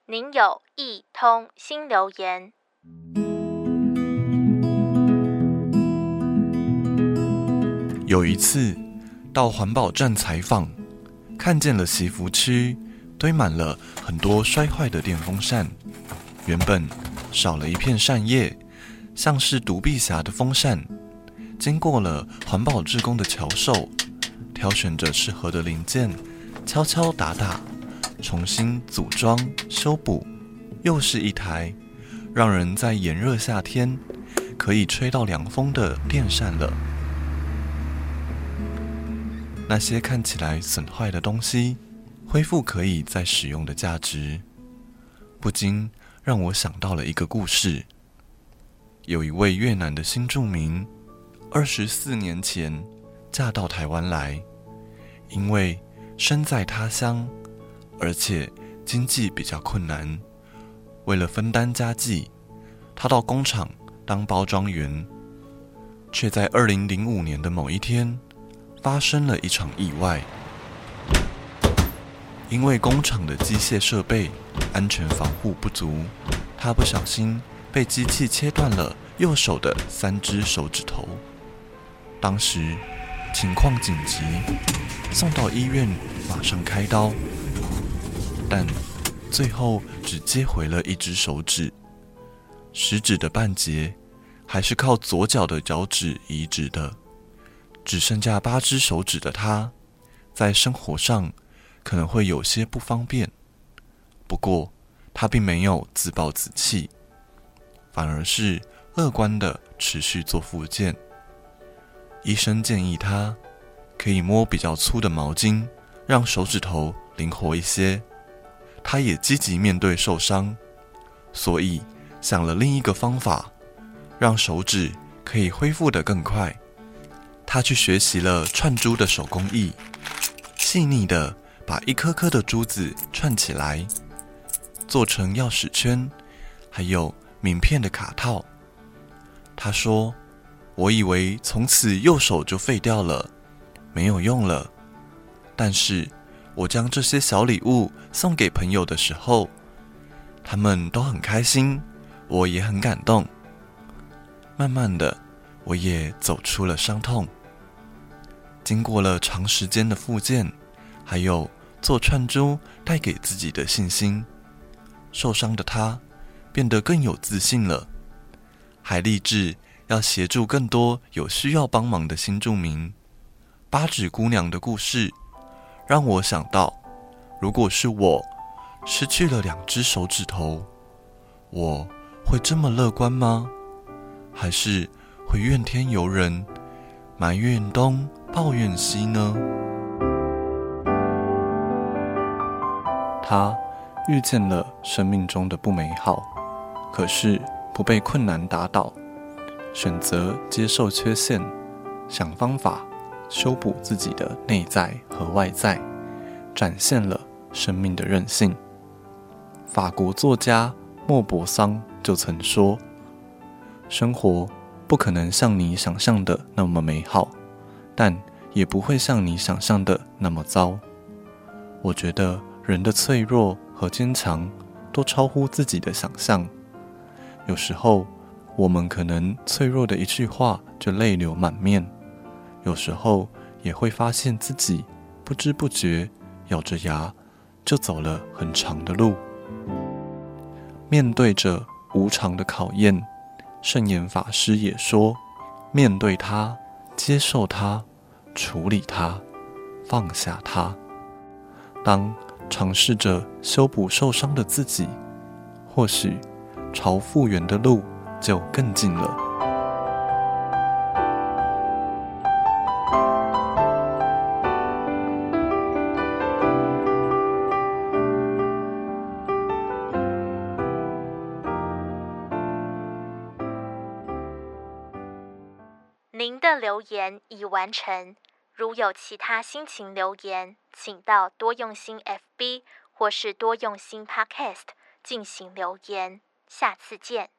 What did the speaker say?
您有一通新留言。 有一次到环保站采访，看见了习福区堆满了很多摔坏的电风扇，原本少了一片扇叶，像是独臂侠的风扇，经过了环保志工的巧手，挑选着适合的零件，敲敲打打，重新组装修补，又是一台让人在炎热夏天可以吹到凉风的电扇了。那些看起来损坏的东西，恢复可以再使用的价值，不禁让我想到了一个故事。有一位越南的新住民，24年前嫁到台湾来，因为身在他乡，而且经济比较困难，为了分担家计，他到工厂当包装员，却在2005年的某一天发生了一场意外。因为工厂的机械设备安全防护不足，他不小心被机器切断了右手的3只手指头。当时情况紧急，送到医院马上开刀，但最后只接回了1只手指，食指的半截还是靠左脚的脚趾移植的。只剩下8只手指的他，在生活上可能会有些不方便。不过他并没有自暴自弃，反而是乐观的持续做复健。医生建议他可以摸比较粗的毛巾，让手指头灵活一些。他也积极面对受伤，所以想了另一个方法，让手指可以恢复得更快。他去学习了串珠的手工艺，细腻的把一颗颗的珠子串起来，做成钥匙圈，还有名片的卡套。他说，我以为从此右手就废掉了，没有用了，但是我将这些小礼物送给朋友的时候，他们都很开心，我也很感动。慢慢的，我也走出了伤痛。经过了长时间的复健，还有做串珠带给自己的信心，受伤的他变得更有自信了，还立志要协助更多有需要帮忙的新住民。8指姑娘的故事让我想到，如果是我失去了2只手指头，我会这么乐观吗？还是会怨天尤人，埋怨东抱怨西呢？他遇见了生命中的不美好，可是不被困难打倒，选择接受缺陷，想方法修补自己的内在和外在，展现了生命的韧性。法国作家莫泊桑就曾说，生活不可能像你想象的那么美好，但也不会像你想象的那么糟。我觉得人的脆弱和坚强都超乎自己的想象。有时候我们可能脆弱的一句话就泪流满面，有时候也会发现自己不知不觉咬着牙就走了很长的路。面对着无常的考验，圣严法师也说，面对它，接受它，处理它，放下它。当尝试着修补受伤的自己，或许朝复原的路就更近了。 您的留言已完成。如有其他心情留言，请到多用心 FB 或是多用心 Podcast 进行留言。下次见。